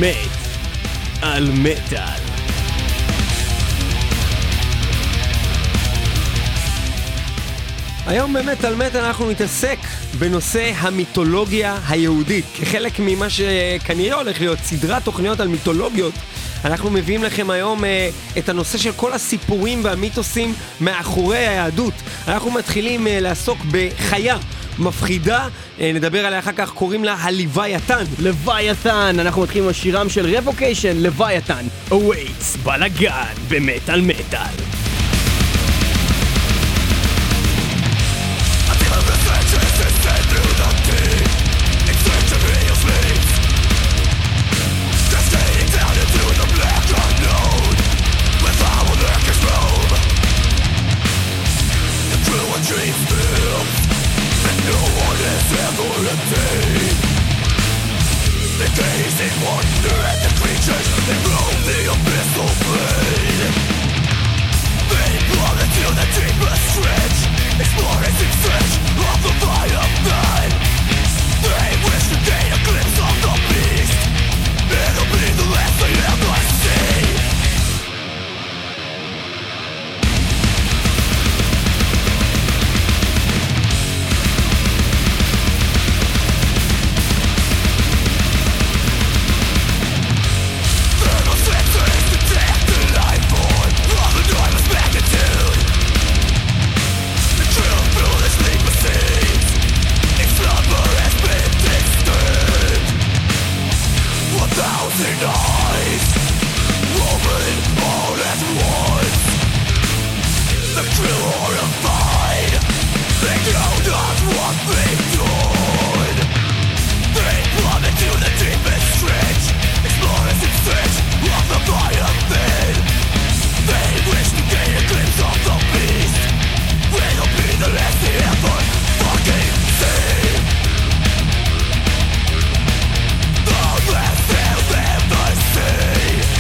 מת על מטל. היום באמת על מטל אנחנו נתעסק בנושא המיתולוגיה היהודית. כחלק ממה שכנראה הולך להיות סדרת תוכניות על מיתולוגיות, אנחנו מביאים לכם היום את הנושא של כל הסיפורים והמיתוסים מאחורי היהדות. אנחנו מתחילים לעסוק בחיה מפחידה, נדבר עליה אחר כך, קוראים לה הלווייתן. לווייתן, אנחנו מתחילים עם השירם של רבוקיישן, לווייתן. אווייטס, בלגן, באמת על מטל. They gaze in wonder at the creatures that roam the abyss of pain. They plummet to the deepest trench, exploring the stretch of the Leviathan. They wish to gain a glimpse of the beast. It'll be the last they ever see. Eyes, roaming all at once. The crew horrified, they know not what they've done. They plummet to the deepest trench, exploring the stretch of the Leviathan. They wish to gain a glimpse of the beast. It'll be the last they ever fucking see. The last they'll ever see.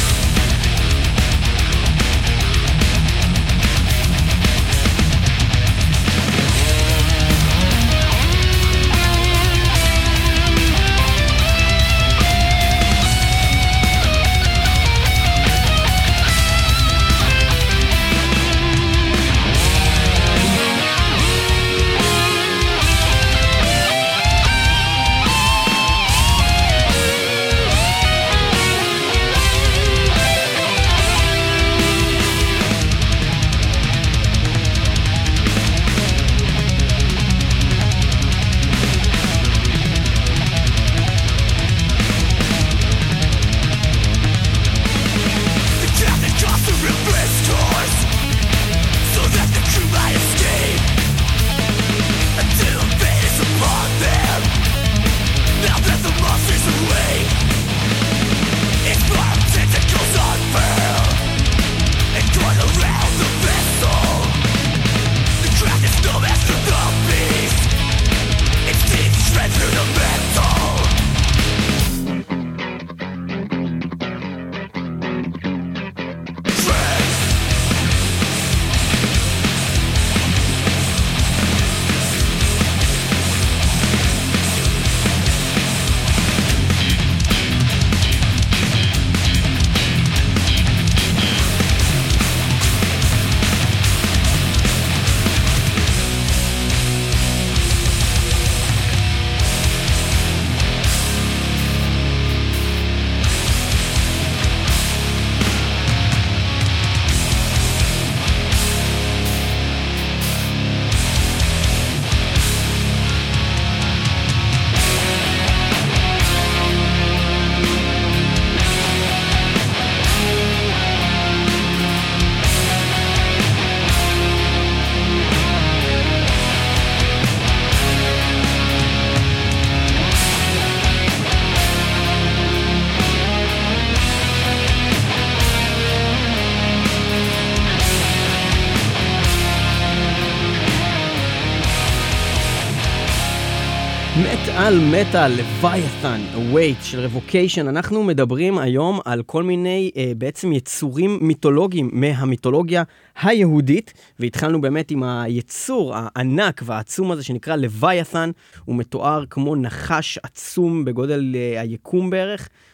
על מטל, לווייתן, אווייט של רבוקיישן. אנחנו מדברים היום על כל מיני בעצם יצורים מיתולוגיים מהמיתולוגיה היהודית, והתחלנו באמת עם היצור הענק והעצום הזה שנקרא לווייתן. הוא מתואר כמו נחש עצום בגודל היקום בערך,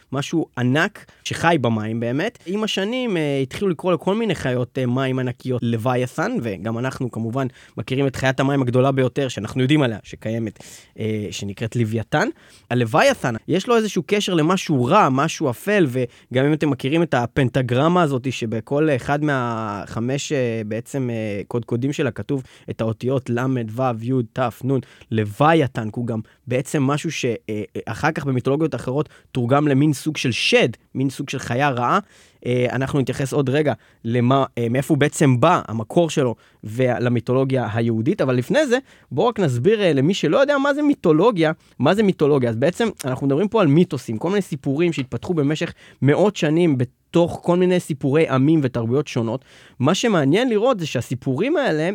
משהו ענק שחי במים באמת. עם השנים התחילו לקרוא לכל מיני חיות מים ענקיות לוויתן, וגם אנחנו כמובן מכירים את חיית המים הגדולה ביותר שאנחנו יודעים עליה, שקיימת, שנקראת לוויתן. הלוויתן, יש לו איזשהו קשר למשהו רע, משהו אפל, וגם אם אתם מכירים את הפנטגרמה הזאת, שבכל אחד מהחמש בעצם קודקודים שלה כתוב את האותיות למד, וו, יוד, תף, נון, לוויתן, הוא גם בעצם משהו שאחר כך במיתולוגיות אחרות תורגם למין סוג של שד, מין סוג של חיה רעה. אנחנו נתייחס עוד רגע מאיפה הוא בעצם בא, המקור שלו, ולמיתולוגיה היהודית, אבל לפני זה, בואו רק נסביר למי שלא יודע מה זה מיתולוגיה, מה זה מיתולוגיה. אז בעצם אנחנו מדברים פה על מיתוסים, כל מיני סיפורים שהתפתחו במשך מאות שנים בתוך כל מיני סיפורי עמים ותרבויות שונות. מה שמעניין לראות זה שהסיפורים האלה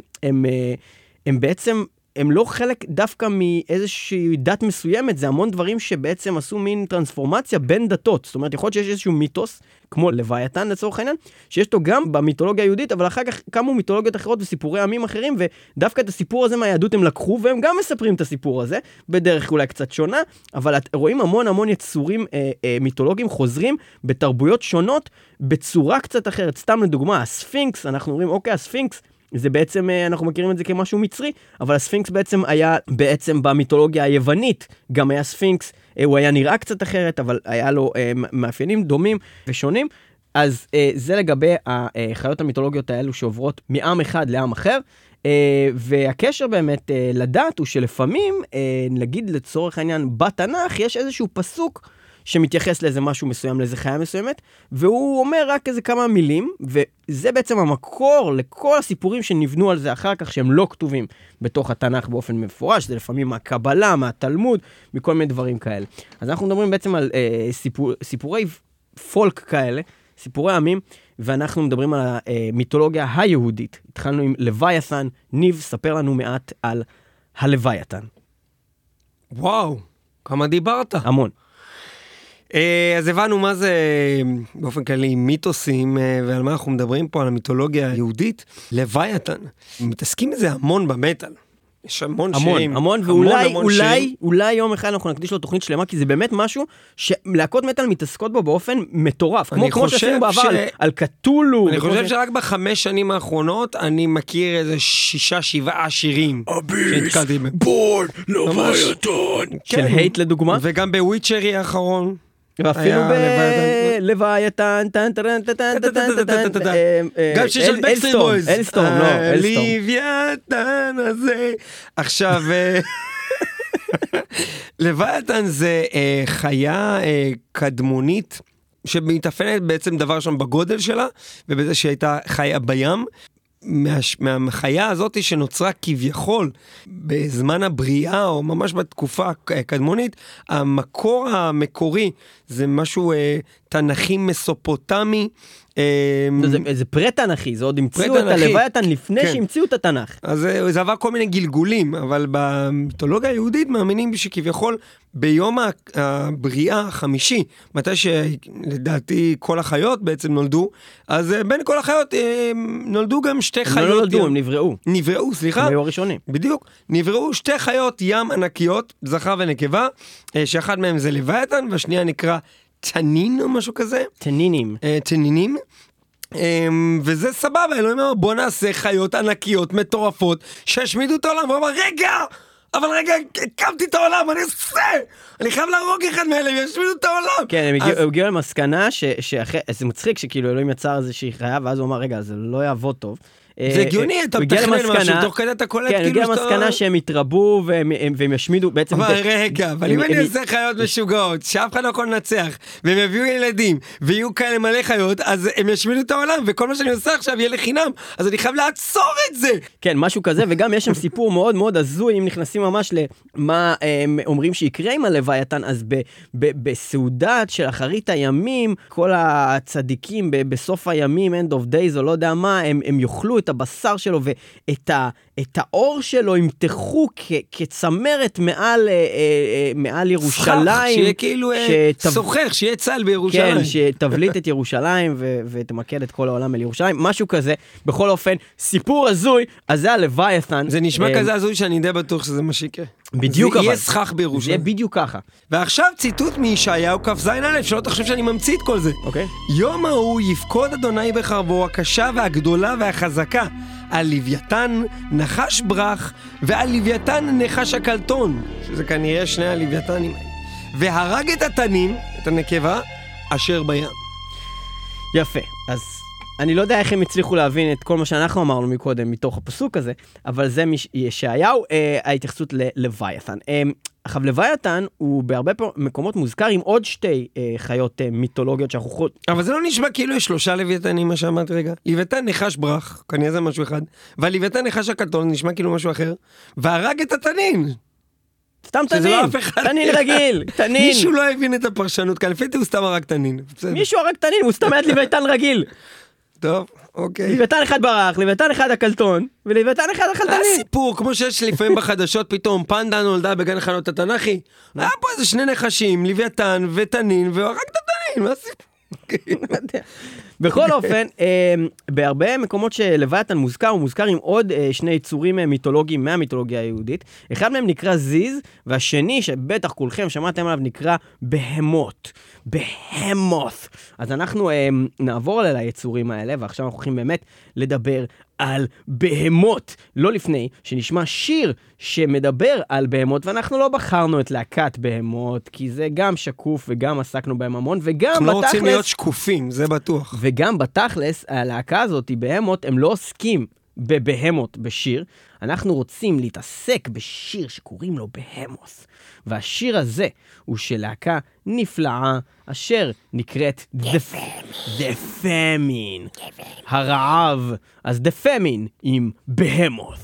הם בעצם הם לא חלק דווקא מאיזושהי דת מסוימת, זה המון דברים שבעצם עשו מין טרנספורמציה בין דתות. זאת אומרת, יכול להיות שיש איזשהו מיתוס, כמו לוויתן לצורך העניין, שיש לו גם במיתולוגיה היהודית, אבל אחר כך קמו מיתולוגיות אחרות וסיפורי עמים אחרים, ודווקא את הסיפור הזה מהיהדות הם לקחו, והם גם מספרים את הסיפור הזה, בדרך אולי קצת שונה, אבל רואים המון יצורים מיתולוגיים חוזרים בתרבויות שונות, בצורה קצת אחרת. סתם לדוגמה, הספינקס, אנחנו אומרים, אוקיי, הספינקס, זה בעצם, אנחנו מכירים את זה כמשהו מצרי, אבל הספינקס בעצם היה בעצם במיתולוגיה היוונית, גם היה ספינקס, הוא היה נראה קצת אחרת, אבל היה לו מאפיינים דומים ושונים, אז זה לגבי החיות המיתולוגיות האלו שעוברות מעם אחד לעם אחר, והקשר באמת לדת הוא שלפעמים, נגיד לצורך העניין בתנ"ך, יש איזשהו פסוק שמתייחס לאיזה משהו מסוים, לאיזה חיה מסוימת, והוא אומר רק איזה כמה מילים, וזה בעצם המקור לכל הסיפורים שנבנו על זה אחר כך, שהם לא כתובים בתוך התנ"ך באופן מפורש, זה לפעמים מהקבלה, מהתלמוד, מכל מיני דברים כאלה. אז אנחנו מדברים בעצם על סיפורי פולק כאלה, סיפורי עמים, ואנחנו מדברים על המיתולוגיה היהודית. התחלנו עם לוויתן. ניב, ספר לנו מעט על הלוויתן. וואו, כמה דיברת? המון. אז הבנו מה זה באופן כללי מיתוסים, ועל מה אנחנו מדברים פה, על המיתולוגיה היהודית. לוויתן, מתעסקים בזה המון במטל. יש המון שירים. המון, ואולי יום אחד אנחנו נקדיש לו תוכנית שלמה, כי זה באמת משהו שלהקות מטל מתעסקות בו באופן מטורף. כמו שעשינו בעבר על קטולו. אני חושב שרק ב5 שנים האחרונות אני מכיר איזה 6-7 שירים. אביס, בורד, לוויתן. של הייט לדוגמה. וגם בוויצ'רי האחרון. ואפילו בלוויתן, גם של בקסטריט בויז. אלסטורם. לוויתן הזה. עכשיו, לוויתן זה חיה קדמונית, שמתאפיינת בעצם דבר שם בגודל שלה, ובזה שהייתה חיה בים. מהחיה הזאת שנוצרה כביכול בזמן הבריאה, או ממש בתקופה הקדמונית, המקור המקורי זה משהו תנכי מסופוטמי. זה פרה-תנכי, זה עוד המציאו את הלוויתן לפני שהמציאו את התנ"ך. אז זה עבר כל מיני גלגולים, אבל במיתולוגיה היהודית מאמינים שכביכול ביום הבריאה החמישי, מתי שלדעתי כל החיות בעצם נולדו, אז בין כל החיות נולדו גם שתי חיות. הם לא נולדו, הם נבראו. נבראו, סליחה. הם היו הראשונים. בדיוק. נבראו שתי חיות ים ענקיות, זכר ונקבה, שאחד מהם זה לוויתן, והשנייה נקרא תנין או משהו כזה. תנינים. תנינים. וזה סבבה, אלוהים אמר, בוא נעשה חיות ענקיות, מטורפות, שהשמידו את העולם, והוא אמר, אבל רגע, הקמתי את העולם, אני עושה! אני חייב להרוג אחד מאלה, וישמידו את העולם! כן, הם הגיעו למסקנה זה מצחיק שכאילו אלוהים יצר איזושהי חיה, ואז הוא אמר, רגע, זה לא יעבוד טוב. זה הגיוני, אתה מתכנן משהו, תוך כדי אתה קולט כאילו שאתה... כן, הגיע למסקנה שהם התרבו והם ישמידו בעצם... אבל רגע, אבל אם אני עושה חיות משוגעות, שאף אחד לא יכול לנצח, והם יביאו ילדים, ויהיו כאלה מלא חיות, אז הם ישמידו את העולם, וכל מה שאני עושה עכשיו יהיה לחינם, אז אני חייב לעצור את זה! כן, משהו כזה, וגם יש שם סיפור מאוד מאוד הזוי, אם נכנסים ממש למה אומרים שיקרה עם הלוויתן, אז בסעודת של אחרית הימים, כל הצדיקים בסוף הימים, end of days, או לא יודע מה, הם יאכלו את הבשר שלו ואת האור שלו ימתחו כצמרת מעל ירושלים. סכך, שיהיה כאילו סוחך, שיהיה צל בירושלים. כן, שתבליט את ירושלים ותמקד את כל העולם אל ירושלים, משהו כזה. בכל אופן, סיפור הזוי, אז זה הלוויתן. זה נשמע כזה הזוי שאני די בטוח שזה מה שיקרה. בדיוק, אבל. יהיה סכך זה בירושלים. יהיה בדיוק ככה. ועכשיו ציטוט מישעיהו כ"ז-א', שלא תחשב שאני ממציא את כל זה. אוקיי? יום ההוא יפקוד אדוני בחרבו הקשה והגדולה והחזקה על לוויתן נחש ברח ועל לוויתן נחש הקלטון, שזה כנראה שני הלוויתנים, והרג את התנין, את הנקבה, אשר בים. יפה, אז אני לא יודע איך הם הצליחו להבין את כל מה שאנחנו אמרנו מקודם מתוך הפסוק הזה, אבל זה ישעיהו, ההתייחסות ללוויתן. עכשיו, לוויתן הוא בהרבה מקומות מוזכר עם עוד שתי חיות מיתולוגיות שאנחנו חושבים. אבל זה לא נשמע כאילו יש 3 לוויתנים, מה שאמרתי רגע. לוויתן נחש ברח, כנראה זה משהו אחד, והלוויתן נחש הקלטון נשמע כאילו משהו אחר, והרג את התנין. סתם תנין, תנין רגיל, תנין. מישהו לא הבין את הפרשנות, כי לפי הוא סתם הרג תנין. מישהו הרג תנין, הוא סתם היה לוויתן רגיל. טוב, אוקיי. לוויתן אחד ברח, לוויתן אחד הקלטון, ולוויתן אחד החלטני. הסיפור, כמו שיש לפעמים בחדשות, פתאום פנדה נולדה בגן החיות התנ"כי, היה פה איזה 2 נחשים, לוויתן ותנין, והרג את התנין, מה הסיפור? בכל אופן, בהרבה מקומות שלוויתן מוזכר, הוא מוזכר עם עוד 2 יצורים מיתולוגיים מהמיתולוגיה היהודית. אחד מהם נקרא זיז, והשני, שבטח כולכם שמעתם עליו, נקרא בהמות. בהמות. אז אנחנו נעבור על היצורים האלה, ועכשיו אנחנו הולכים באמת לדבר על בהמות. לא לפני שנשמע שיר שמדבר על בהמות, ואנחנו לא בחרנו את להקת בהמות, כי זה גם שקוף וגם עסקנו בהם המון, וגם אנחנו לא בתכלס... רוצים להיות שקופים, זה בטוח. וגם בתכלס, הלהקה הזאת, בהמות, הם לא עוסקים בבהמות בשיר, אנחנו רוצים להתעסק בשיר שקוראים לו בהמוס. והשיר הזה הוא של להקה נפלאה, אשר נקראת The Famine. הרעב. אז The Famine עם בהמוס.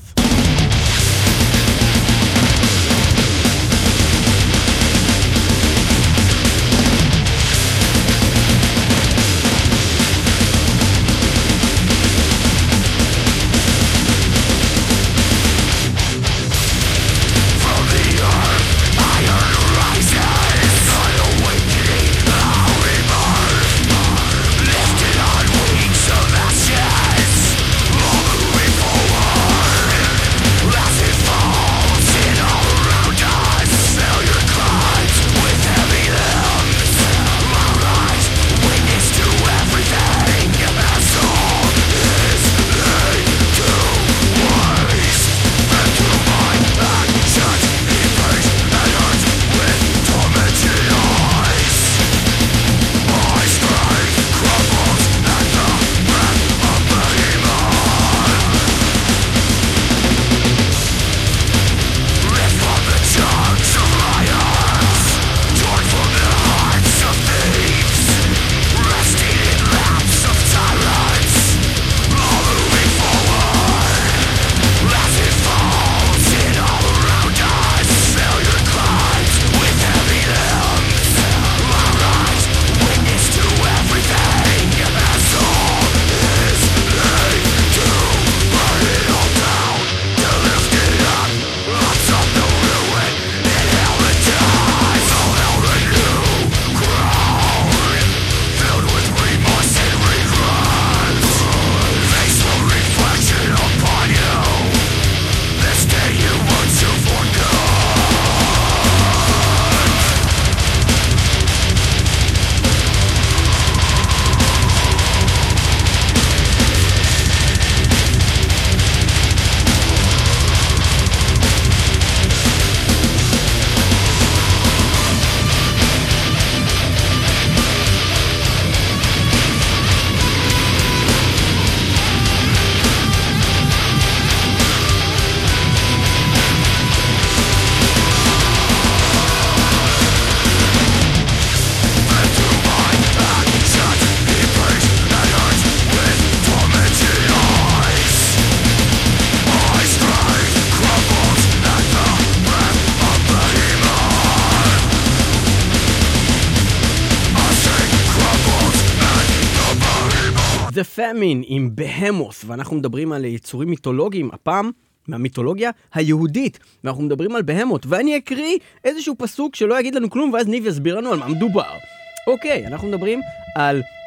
The Famine עם בהמוס, ואנחנו מדברים על יצורים מיתולוגיים, הפעם מהמיתולוגיה היהודית, ואנחנו מדברים על בהמות, ואני אקריא איזשהו פסוק שלא יגיד לנו כלום, ואז ניב יסביר לנו על מה מדובר. אוקיי, אנחנו מדברים על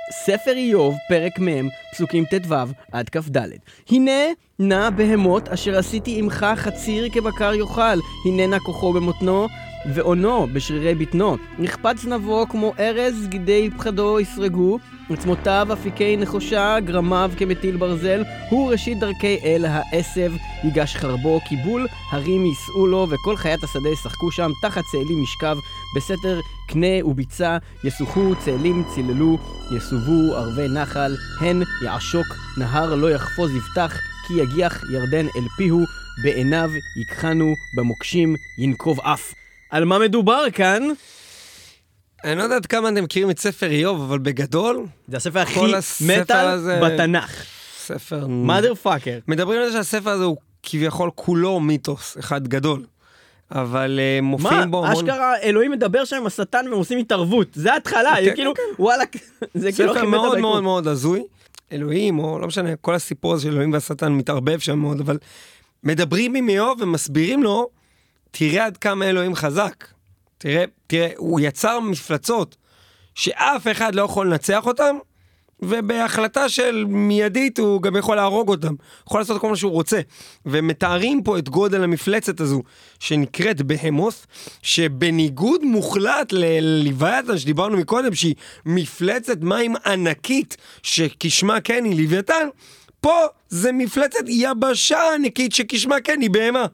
ספר איוב, פרק מ', פסוקים ט"ו עד כ"ד. הנה נע בהמות אשר עשיתי עמך חציר כבקר יאכל, הנה נע כוחו במותנו ועונו בשרירי בטנו, נחפץ זנבו כמו ארז, גידי פחדו יסרגו, עצמותיו אפיקי נחושה, גרמיו כמטיל ברזל, הוא ראשית דרכי אל העשב, ייגש חרבו קיבול, הרים ייסעו לו, וכל חיית השדה ישחקו שם, תחת צאלים משכב, בסתר קנה וביצה, יסוחו צאלים ציללו, יסובו ערבי נחל, הן יעשוק, נהר לא יחפוז יפתח, כי יגיח ירדן אל פיהו, בעיניו יקחנו, במוקשים ינקוב אף. על מה מדובר כאן? אני לא יודעת כמה אתם מכירים את ספר איוב, אבל בגדול... זה הספר הכי מטל בתנ"ך. ספר... motherfucker. מדברים על זה שהספר הזה הוא כביכול כולו מיתוס, אחד גדול. אבל מופיעים בו... מה? אשכרה אלוהים מדבר שם עם השטן והם עושים התערבות. זה ההתחלה, כאילו, וואלה, זה כאילו הכי ספר מטל מאוד ביקום. מאוד מאוד הזוי. אלוהים, או לא משנה, כל הסיפור הזה של אלוהים והשטן מתערבב שם מאוד, אבל מדברים עם איוב ומסבירים לו, תראה עד כמה אלוהים חזק. תראה, הוא יצר מפלצות שאף אחד לא יכול לנצח אותם, ובהחלטה של מיידית הוא גם יכול להרוג אותם. יכול לעשות כל מה שהוא רוצה. ומתארים פה את גודל המפלצת הזו, שנקראת בהמוס, שבניגוד מוחלט ללוויתן שדיברנו מקודם, שהיא מפלצת מים ענקית, שכשמה כן היא לוויתן, פה זה מפלצת יבשה ענקית, שכשמה כן היא בהמה.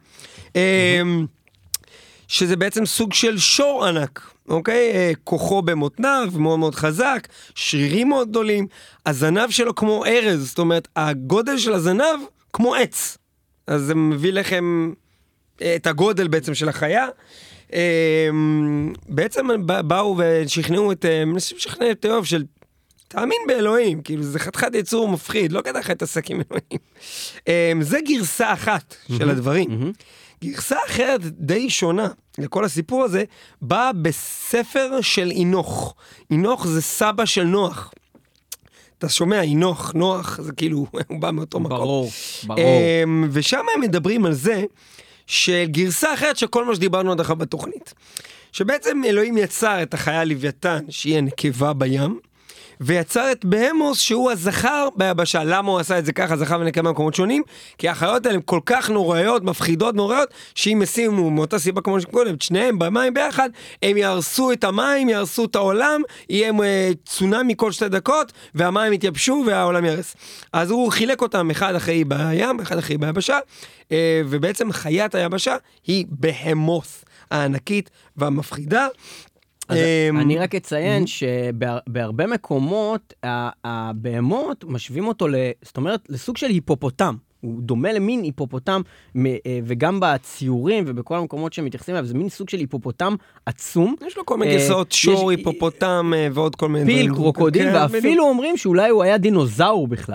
שזה בעצם סוג של שור ענק, אוקיי? כוחו במותניו, מאוד מאוד חזק, שרירים מאוד גדולים, הזנב שלו כמו ארז, זאת אומרת, הגודל של הזנב כמו עץ. אז זה מביא לכם את הגודל בעצם של החיה. בעצם באו ושכנעו מנסים לשכנע את איוב של, תאמין באלוהים, כאילו זה חתיכת יצור מפחיד, לא כדאי לך להתעסק עם אלוהים. זה גרסה אחת של הדברים. גרסה אחרת די שונה לכל הסיפור הזה, באה בספר של אינוך. אינוך זה סבא של נוח. אתה שומע, אינוך, נוח, זה כאילו, הוא בא מאותו מקום. ברור. ושם הם מדברים על זה, של גרסה אחרת של כל מה שדיברנו עד עכשיו בתוכנית. שבעצם אלוהים יצר את החיה לוויתן, שהיא הנקבה בים, ויצר את בהמוס שהוא הזכר ביבשה. למה הוא עשה את זה ככה, זכר ונקבה במקומות שונים? כי החיות האלה הן כל כך נוראיות, מפחידות נוראיות, שאם ישימו מאותה סיבה כמו שקודם, את שניהם במים ביחד, הם יהרסו את המים, יהרסו את העולם, יהיה צונאמי כל 2 דקות, והמים יתייבשו והעולם יהרס. אז הוא חילק אותם אחד אחרי בים, אחד אחרי ביבשה, ובעצם חיית היבשה היא בהמוס, הענקית והמפחידה. אני רק אציין שבהרבה מקומות הבהמות משווים אותו זאת אומרת לסוג של היפופוטם. הוא דומה למין היפופוטם, וגם בציורים ובכל המקומות שמתייחסים אליו, זה מין סוג של היפופוטם עצום. יש לו כל מיני גרסאות, שור, היפופוטם ועוד כל מיני פיל, קרוקודיל, ואפילו אומרים שאולי הוא היה דינוזאור בכלל.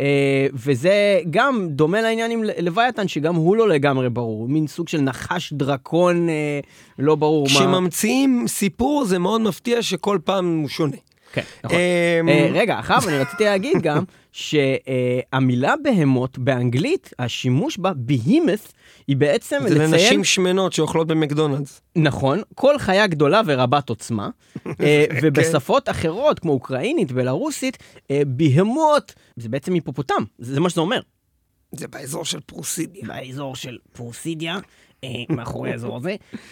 וזה גם דומה לעניין עם לוויתן, שגם הוא לא לגמרי ברור. מין סוג של נחש דרקון, לא ברור מה. כשממציאים סיפור, זה מאוד מפתיע שכל פעם הוא שונה. כן, נכון. רגע, אחר אני רציתי להגיד גם שהמילה בהמות באנגלית, השימוש בה, בהימת', היא בעצם זה לציין... לנשים שמנות שאוכלות במקדונלדס. נכון, כל חיה גדולה ורבת עוצמה, ובשפות אחרות, כמו אוקראינית בלרוסית, בהמות, זה בעצם היפופוטם, זה מה שזה אומר. זה באזור של פרוסידיה. באזור של פרוסידיה, מאחורי האזור הזה,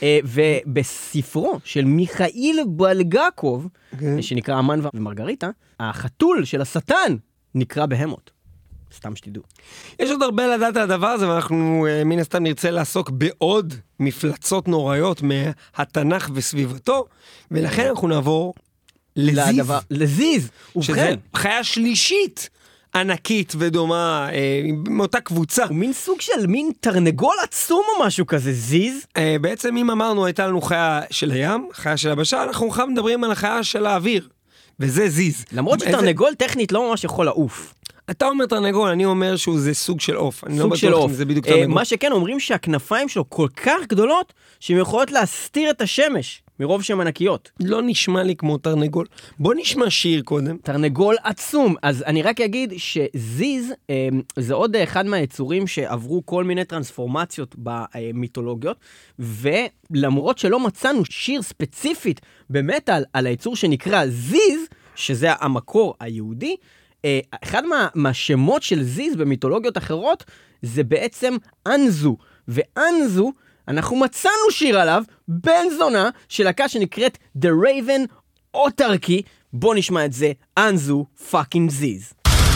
ובספרו של מיכאיל בלגקוב, שנקרא אמן ומרגריטה, החתול של השטן נקרא בהמות. סתם שתדעו. יש עוד הרבה לדעת על הדבר הזה, ואנחנו מן הסתם נרצה לעסוק בעוד מפלצות נוראיות מהתנ"ך וסביבתו, ולכן אנחנו נעבור לזיז. לזיז, שזה חיה שלישית. ענקית ודומה, מאותה קבוצה. הוא מין סוג של מין תרנגול עצום או משהו כזה, זיז. בעצם אם אמרנו, הייתה לנו חיה של הים, חיה של הבשה, אנחנו עכשיו מדברים על החיה של האוויר, וזה זיז. למרות שתרנגול טכנית לא ממש יכול לעוף. אתה אומר תרנגול, אני אומר שזה סוג של עוף. סוג של עוף. מה שכן, אומרים שהכנפיים שלו כל כך גדולות, שהן יכולות להסתיר את השמש. מרוב שהן ענקיות. לא נשמע לי כמו תרנגול. בוא נשמע שיר קודם. תרנגול עצום. אז אני רק אגיד שזיז זה עוד אחד מהיצורים שעברו כל מיני טרנספורמציות במיתולוגיות, ולמרות שלא מצאנו שיר ספציפית במטל על היצור שנקרא זיז, שזה המקור היהודי, אחד מהשמות של זיז במיתולוגיות אחרות, זה בעצם אנזו, ואנזו, אנחנו מצאנו שיר עליו, בן זונה, של להקה שנקראת The Raven Autarky, בוא נשמע את זה, אנזו פאקינג זיז.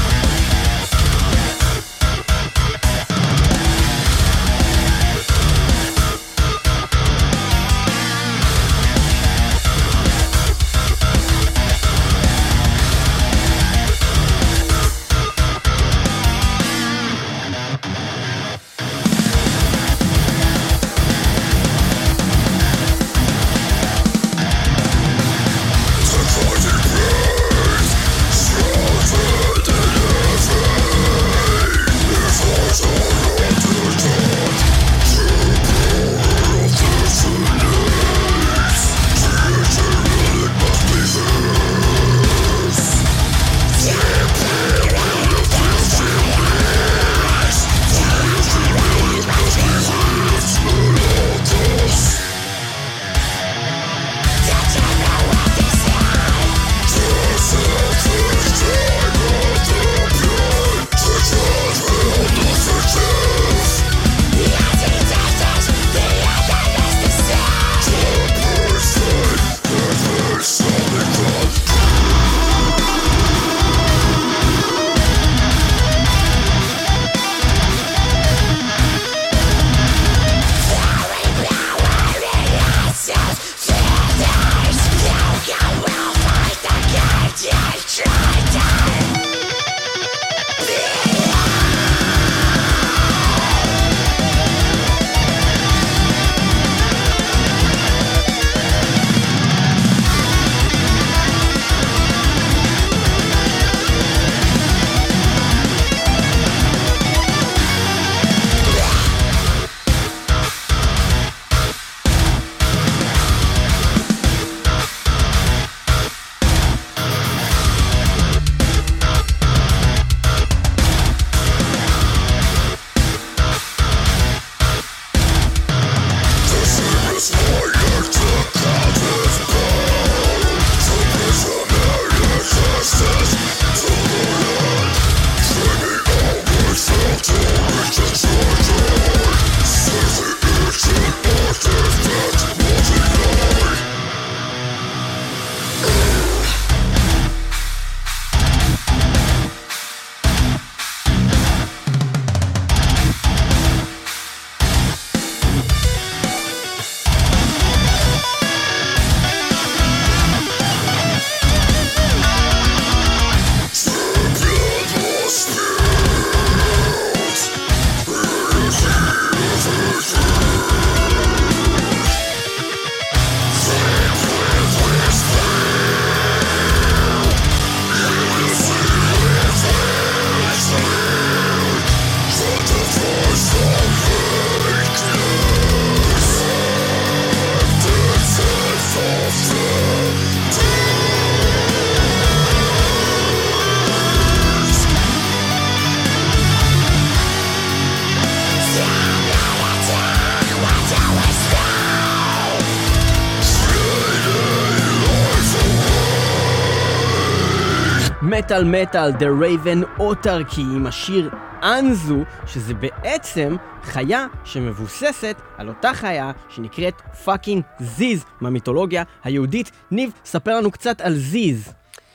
מטל מטל, The Raven Autarky, עם השיר אנזו, שזה בעצם חיה שמבוססת על אותה חיה שנקראת פאקינג זיז מהמיתולוגיה היהודית. ניב, ספר לנו קצת על זיז.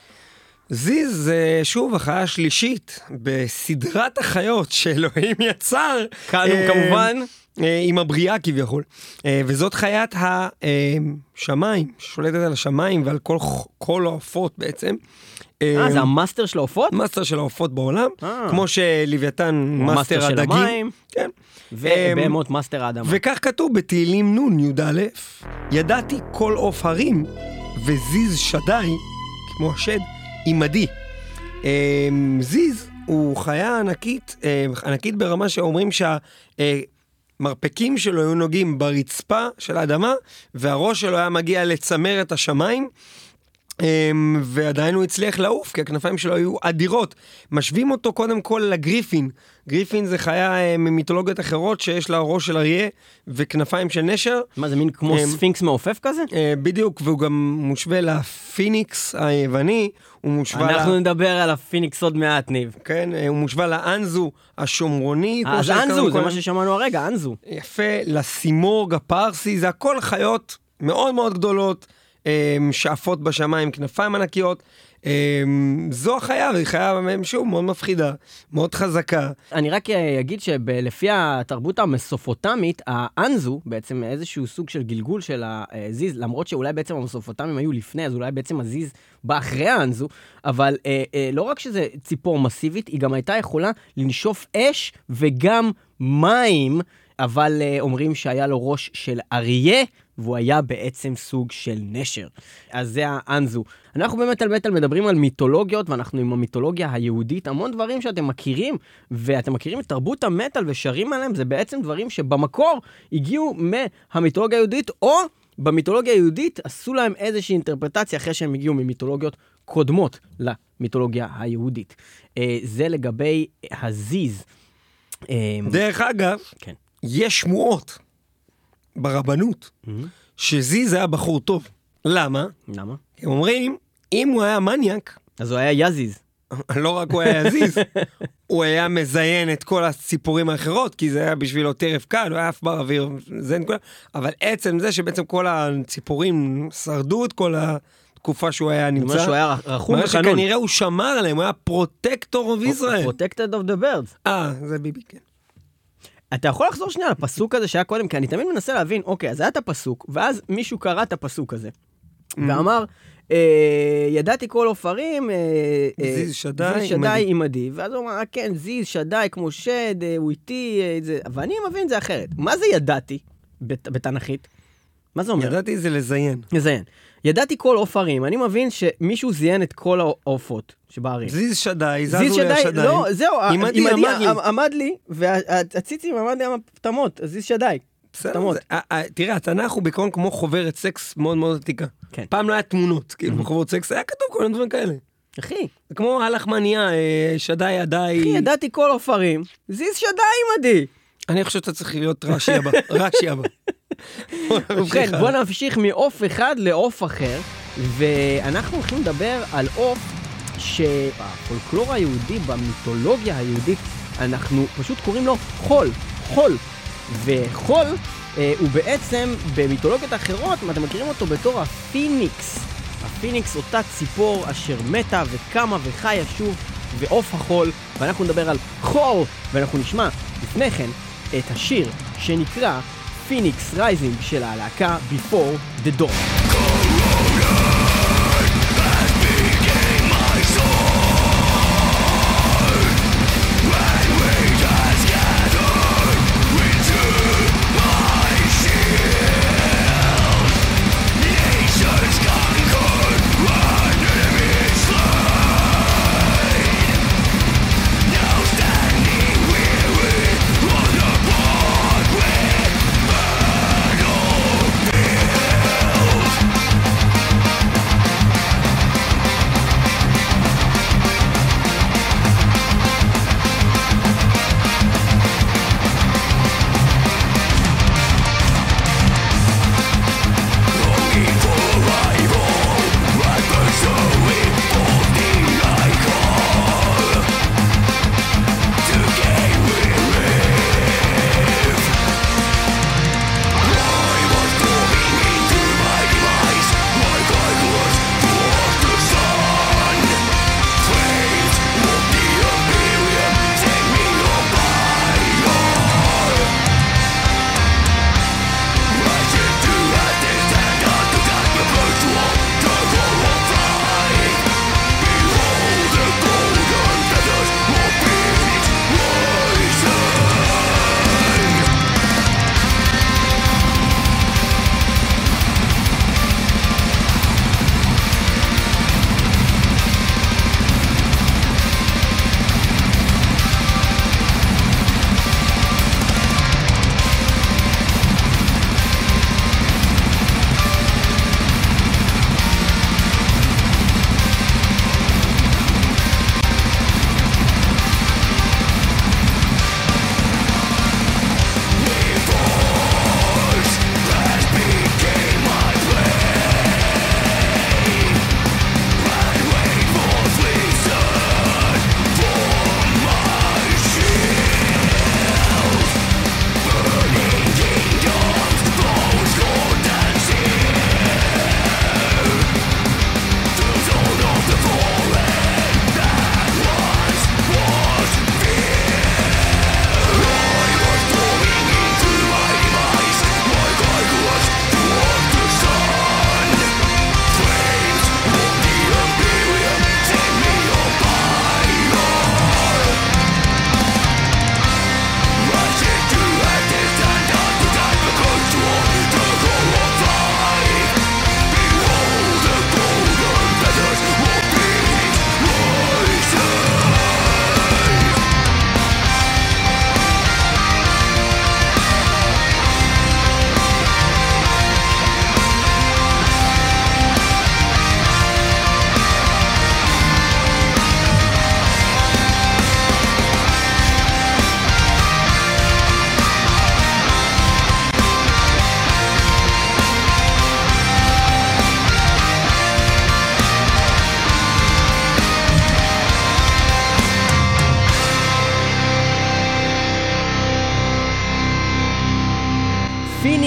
זיז זה שוב החיה השלישית בסדרת החיות שאלוהים יצר. כאן כמובן עם הבריאה כביכול. וזאת חיית השמיים, ששולטת על השמיים ועל כל העופות בעצם. זה המאסטר של העופות? מאסטר של העופות בעולם, כמו שלוויתן מאסטר הדגים. של המים. כן. ובהמות מאסטר האדמה. וכך כתוב בתהילים נון י"א, ידעתי כל עוף הרים וזיז שדי, כמו השד, עמדי. זיז הוא חיה ענקית ברמה שאומרים שהמרפקים שלו היו נוגעים ברצפה של האדמה, והראש שלו היה מגיע לצמרת השמיים, ועדיין הוא הצליח לעוף, כי הכנפיים שלו היו אדירות. משווים אותו קודם כל לגריפין. גריפין זה חיה ממיתולוגיות אחרות שיש לה ראש של אריה וכנפיים של נשר. מה זה, מין כמו ספינקס מעופף כזה? בדיוק, והוא גם מושווה הפיניקס היווני, הוא מושווה... אנחנו נדבר על הפיניקס עוד מעט, ניב. כן, הוא מושווה לאנזו השומרוני. אז אנזו, זה מה ששמענו הרגע, אנזו. יפה, לסימורג הפרסי, זה הכל חיות מאוד מאוד גדולות, שאפות בשמיים, כנפיים ענקיות. זו החיה, והיא חיה שוב מאוד מפחידה, מאוד חזקה. אני רק אגיד שלפי התרבות המסופוטמית, האנזו, בעצם איזשהו סוג של גלגול של הזיז, למרות שאולי בעצם המסופוטמים היו לפני, אז אולי בעצם הזיז בא אחרי האנזו, אבל לא רק שזה ציפור מסיבית, היא גם הייתה יכולה לנשוף אש וגם מים, אבל אומרים שהיה לו ראש של אריה, והוא היה בעצם סוג של נשר. אז זה האנזו. אנחנו באמת על מטל מדברים על מיתולוגיות, ואנחנו עם המיתולוגיה היהודית, המון דברים שאתם מכירים, ואתם מכירים את תרבות המטל ושרים עליהם, זה בעצם דברים שבמקור הגיעו מהמיתולוגיה היהודית, או במיתולוגיה היהודית עשו להם איזושהי אינטרפרטציה אחרי שהם הגיעו ממיתולוגיות קודמות למיתולוגיה היהודית. זה לגבי הזיז. דרך אגב, כן. יש שמועות ברבנות שזיז היה בחור טוב. למה? למה? הם אומרים, אם הוא היה מניאק, אז הוא היה יזיז. לא רק הוא היה יזיז, הוא היה מזיין את כל הציפורים האחרות, כי זה היה בשבילו טרף קל, הוא היה אף בר אוויר, אבל עצם זה שבעצם כל הציפורים שרדו את כל התקופה שהוא היה נמצא. זאת אומרת שהוא היה רחום וחנון. שכנראה הוא שמר עליהם, הוא היה פרוטקטור אוף ישראל. Protected of the birds. זה ביבי, כן. אתה יכול לחזור שנייה לפסוק הזה שהיה קודם, כי אני תמיד מנסה להבין, אוקיי, אז היה את הפסוק, ואז מישהו קרא את הפסוק הזה, ואמר, ידעתי כל עופרים, זיז שדי עמדי, ואז הוא אמר, כן, זיז שדי כמו שד, הוא איתי, ואני מבין זה אחרת. מה זה ידעתי בתנ"כית? מה זה אומר? ידעתי זה לזיין. לזיין. ידעתי כל עופרים, אני מבין שמישהו זיין את כל העופות שבערים. זיז שדי, זזו לי השדי. לא, זהו, עמדי עמד לי, והציצים עמד לי המפתמות, אז זיז שדי. תראה, התנ"ך הוא בעיקרון כמו חוברת סקס מאוד מאוד עתיקה. פעם לא היה תמונות, כאילו בחוברות סקס היה כתוב כל הדברים כאלה. אחי. זה כמו הלחמניה, שדי ידיי. אחי, ידעתי כל עופרים, זיז שדי עמדי. אני חושב שאתה צריך להיות רש"י הבא, רש"י הבא. ובכן, בוא נמשיך מעוף אחד לעוף אחר, ואנחנו הולכים לדבר על עוף שבפולקלור היהודי, במיתולוגיה היהודית, אנחנו פשוט קוראים לו חול, חול. וחול הוא בעצם במיתולוגיות אחרות, אתם מכירים אותו בתור הפיניקס. הפיניקס אותה ציפור אשר מתה וקמה וחיה שוב, ועוף החול, ואנחנו נדבר על חול, ואנחנו נשמע לפני כן את השיר שנקרא פיניקס רייזינג של הלהקה Before the Dawn.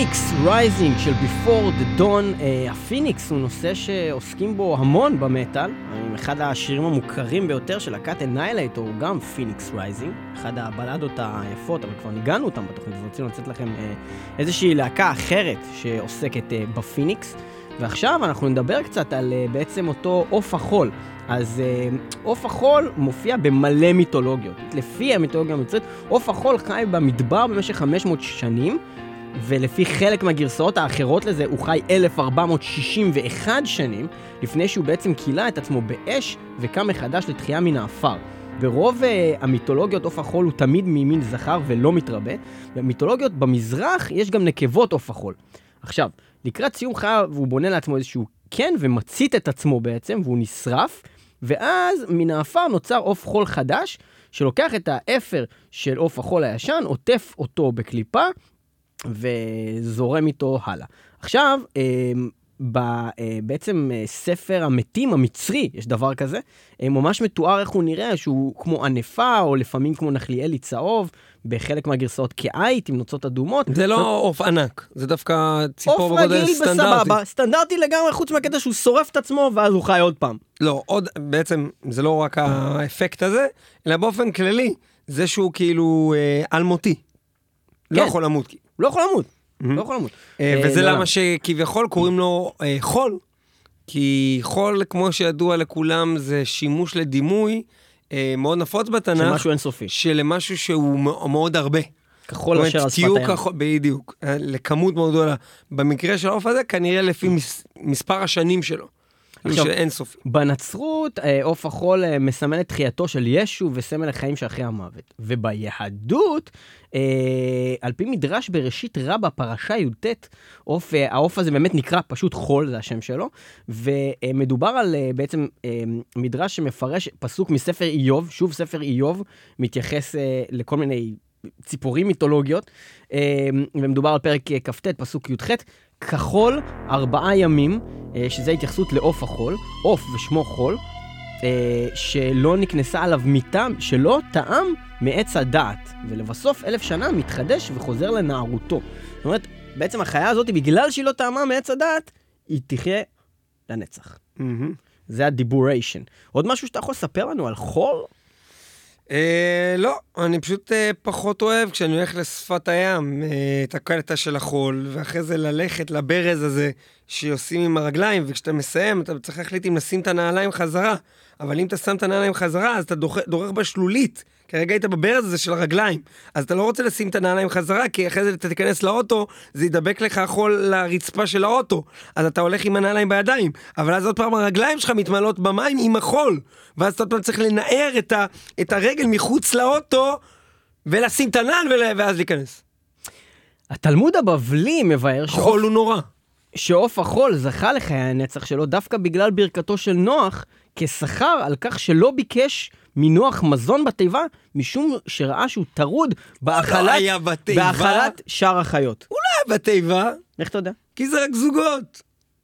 פיניקס רייזינג של Before the Dawn. הפיניקס הוא נושא שעוסקים בו המון במטל. אחד השירים המוכרים ביותר של להקת Annihilator הוא גם פיניקס רייזינג, אחד הבלדות היפות, אבל כבר ניגענו אותם בתוכנית, ורצינו לצאת לכם איזושהי להקה אחרת שעוסקת בפיניקס. ועכשיו אנחנו נדבר קצת על בעצם אותו עוף החול. אז עוף החול מופיע במלא מיתולוגיות. לפי המיתולוגיה המצרית, עוף החול חי במדבר במשך 500 שנים, ולפי חלק מהגרסאות האחרות לזה, הוא חי 1461 שנים, לפני שהוא בעצם קילה את עצמו באש וקם מחדש לתחייה מן האפר. ברוב המיתולוגיות עוף החול הוא תמיד ממין זכר ולא מתרבה, במיתולוגיות במזרח יש גם נקבות עוף החול. עכשיו, לקראת סיום חייו הוא בונה לעצמו איזשהו קן ומצית את עצמו בעצם, והוא נשרף, ואז מן האפר נוצר עוף חול חדש, שלוקח את האפר של עוף החול הישן, עוטף אותו בקליפה, וזורם איתו הלאה. עכשיו, בעצם ספר המתים המצרי, יש דבר כזה, ממש מתואר איך הוא נראה, שהוא כמו ענפה, או לפעמים כמו נחליאלי צהוב, בחלק מהגרסאות כעית, עם נוצות אדומות. זה לא עוף ענק, זה דווקא ציפור בגודל סטנדרטי. עוף רגיל בסבבה, סטנדרטי לגמרי, חוץ מהקטע שהוא שורף את עצמו, ואז הוא חי עוד פעם. לא, בעצם זה לא רק האפקט הזה, אלא באופן כללי, זה שהוא כאילו אלמותי. לא יכול למות. לא יכול למות. לא יכול למות. וזה למה שכביכול קוראים לו חול, כי חול, כמו שידוע לכולם, זה שימוש לדימוי מאוד נפוץ בתנ"ך. של משהו אינסופי. של משהו שהוא מאוד הרבה. כחול אשר על שפת הים. בדיוק, לכמות מאוד גדולה. במקרה של העוף הזה, כנראה לפי מספר השנים שלו. עכשיו, אינסופי. בנצרות, עוף החול מסמל את תחייתו של ישו וסמל החיים שאחרי המוות. וביהדות, על פי מדרש בראשית רבה, פרשה י"ט, העוף הזה באמת נקרא פשוט חול, זה השם שלו, ומדובר על בעצם מדרש שמפרש פסוק מספר איוב, שוב ספר איוב, מתייחס לכל מיני ציפורים מיתולוגיות, ומדובר על פרק כ"ט, פסוק י"ח, כחול 4 ימים, שזה התייחסות לעוף החול, עוף ושמו חול, שלא נכנסה עליו מיטה, שלא טעם מעץ הדעת, ולבסוף 1000 שנה מתחדש וחוזר לנערותו. זאת אומרת, בעצם החיה הזאת, בגלל שהיא לא טעמה מעץ הדעת, היא תחיה לנצח. זה הדיבוריישן. עוד משהו שאתה יכול לספר לנו על חול? לא, אני פשוט פחות אוהב כשאני הולך לשפת הים, את הקטע של החול, ואחרי זה ללכת לברז הזה שעושים עם הרגליים, וכשאתה מסיים אתה צריך להחליט אם לשים את הנעליים חזרה, אבל אם אתה שם את הנעליים חזרה, אז אתה דורך בשלולית, כרגע היית בברז הזה של הרגליים, אז אתה לא רוצה לשים את הנעליים חזרה, כי אחרי זה אתה תיכנס לאוטו, זה ידבק לך חול לרצפה של האוטו, אז אתה הולך עם הנעליים בידיים, אבל אז עוד פעם הרגליים שלך מתמלאות במים עם החול, ואז אתה עוד פעם צריך לנער את הרגל מחוץ לאוטו, ולשים את הנעל ואז להיכנס. התלמוד הבבלי מבאר חול הוא נורא. שעוף החול זכה לחיי הנצח שלו דווקא בגלל ברכתו של נוח, כשכר על כך שלא ביקש מנוח מזון בתיבה, משום שראה שהוא טרוד באכלת שאר החיות. הוא לא היה בתיבה. איך אתה יודע? כי זה רק זוגות.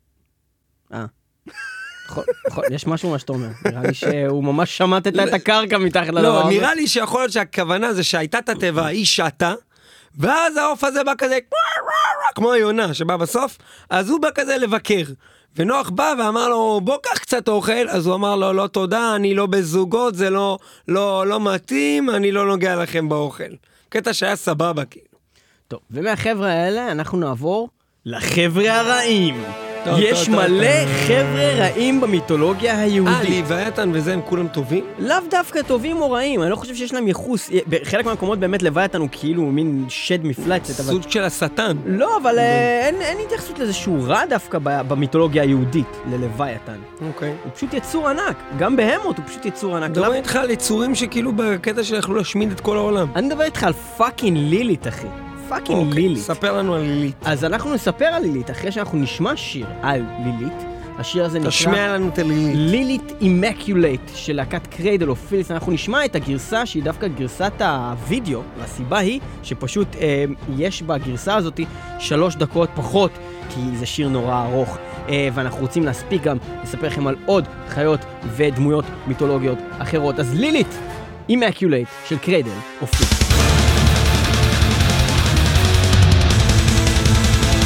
יש משהו מה שאתה אומר. נראה לי שהוא ממש שמט את הקרקע מתחת לדבר. לא, נראה לי שיכול להיות שהכוונה זה שהייתה את הטבע, היא שתה, ואז העוף הזה בא כזה, כמו היונה שבא בסוף, אז הוא בא כזה לבקר. ונוח בא ואמר לו, בוא קח קצת אוכל, אז הוא אמר לו, לא תודה, אני לא בזוגות, זה לא מתאים, אני לא נוגע לכם באוכל. קטע שהיה סבבה כאילו. טוב, ומהחבר'ה האלה אנחנו נעבור לחבר'ה הרעים. יש מלא חבר'ה רעים במיתולוגיה היהודית. לוויתן וזה הם כולם טובים? לאו דווקא טובים או רעים, אני לא חושב שיש להם ייחוס. בחלק מהמקומות באמת לוויתן הוא כאילו מין שד מפלצת. סוג של השטן. לא, אבל אין התייחסות לזה שהוא רע דווקא במיתולוגיה היהודית, ללוויתן. אוקיי. הוא פשוט יצור ענק. גם בהמות הוא פשוט יצור ענק. מדבר איתך על יצורים שכאילו בקטע שיכולו להשמיד את כל העולם. אני מדבר איתך על פאקינג לילית, אחי. פאקינג לילית. ספר לנו על לילית. אז אנחנו נספר על לילית, אחרי שאנחנו נשמע שיר על לילית. השיר הזה נקרא... תשמע לנו את לילית. לילית אימקיולייט של להקת קריידל אוף פילס. אנחנו נשמע את הגרסה שהיא דווקא גרסת הווידאו, והסיבה היא שפשוט יש בגרסה הזאת 3 דקות פחות, כי זה שיר נורא ארוך. ואנחנו רוצים להספיק גם לספר לכם על עוד חיות ודמויות מיתולוגיות אחרות. אז לילית אימקיולייט של קריידל אוף פילס.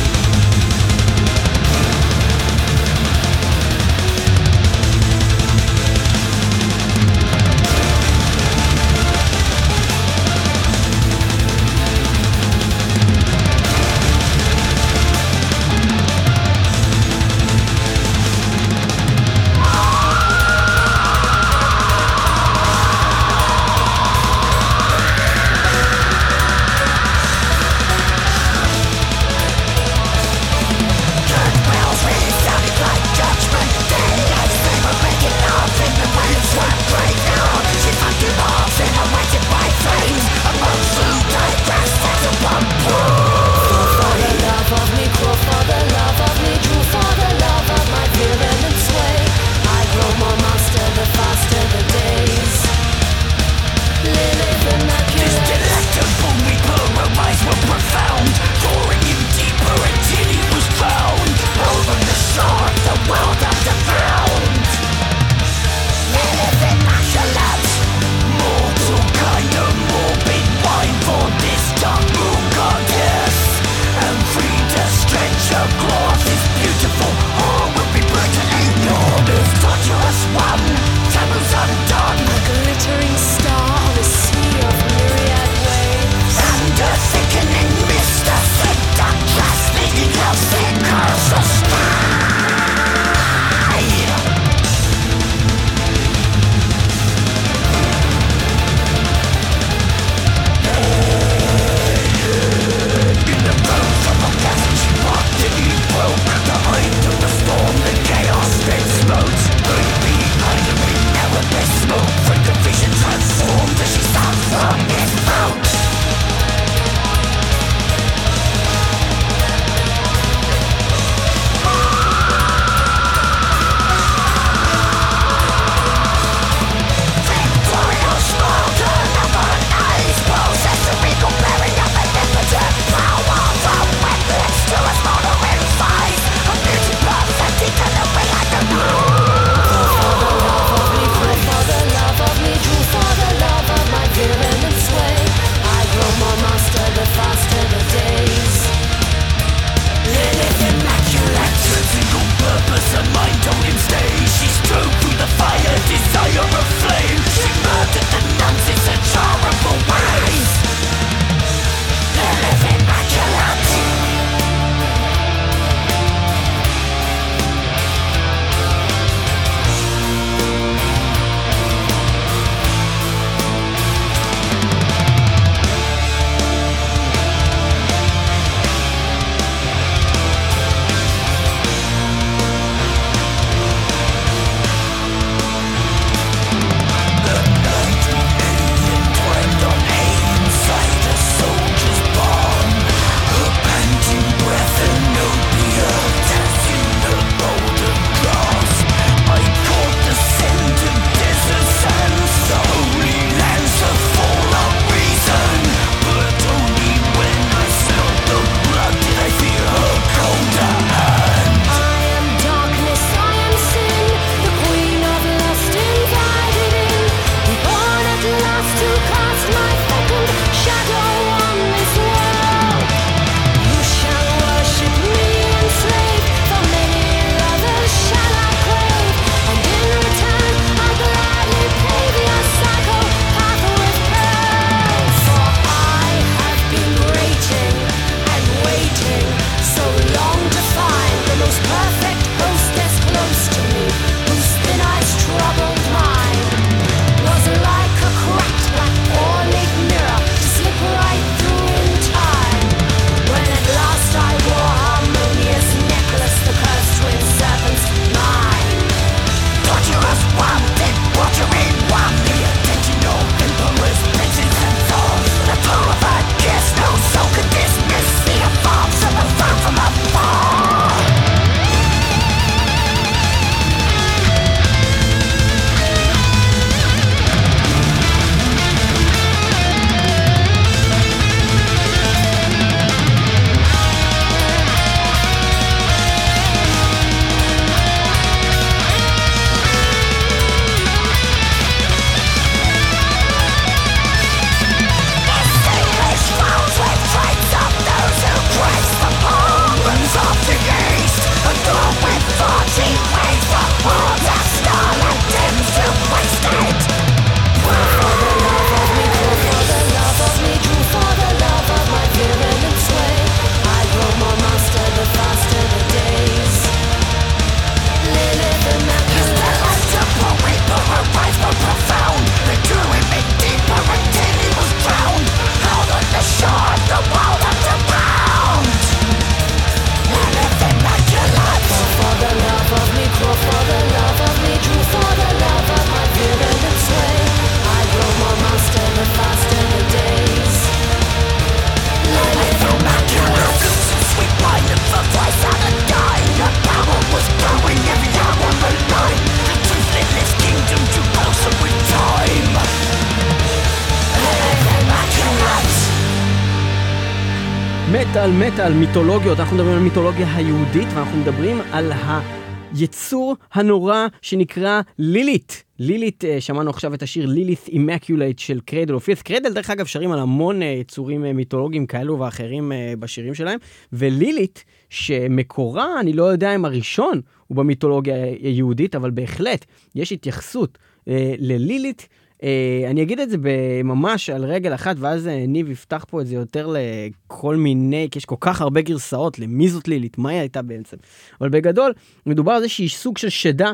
מטל, מיתולוגיות, אנחנו מדברים על מיתולוגיה היהודית, ואנחנו מדברים על היצור הנורא שנקרא לילית. לילית, שמענו עכשיו את השיר לילית אימקולייט של קריידל אוף פילת'. קריידל דרך אגב שרים על המון יצורים מיתולוגיים כאלו ואחרים בשירים שלהם, ולילית שמקורה, אני לא יודע אם הראשון הוא במיתולוגיה היהודית, אבל בהחלט יש התייחסות ללילית. אני אגיד את זה ממש על רגל אחת, ואז ניב יפתח פה את זה יותר לכל מיני, כי יש כל כך הרבה גרסאות למי זאת לילית, מה היא הייתה בעצם. אבל בגדול, מדובר על זה שהיא סוג של שדה,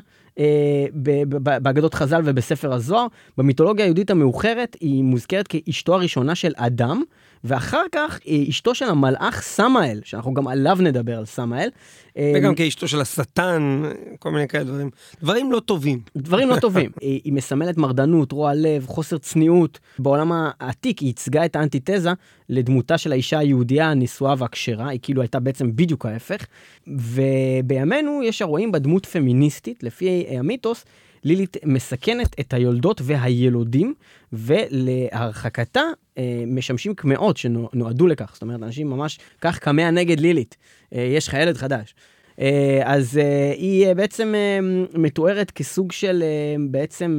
באגדות חז"ל ובספר הזוהר. במיתולוגיה היהודית המאוחרת היא מוזכרת כאשתו הראשונה של אדם, ואחר כך אשתו של המלאך סמאל, שאנחנו גם עליו נדבר על סמאל. וגם כאשתו של השטן, כל מיני כאלה דברים. דברים לא טובים. דברים לא טובים. היא מסמלת מרדנות, רוע לב, חוסר צניעות. בעולם העתיק היא ייצגה את האנטיתזה לדמותה של האישה היהודיה הנשואה והכשרה, היא כאילו הייתה בעצם בדיוק ההפך. ובימינו יש הרואים בדמות פמיניסטית, לפי המיתוס, לילית מסכנת את היולדות והילודים, ולהרחקתה משמשים קמאות שנועדו לכך. זאת אומרת, אנשים ממש כך קמאה נגד לילית. יש לך ילד חדש. אז היא בעצם מתוארת כסוג של בעצם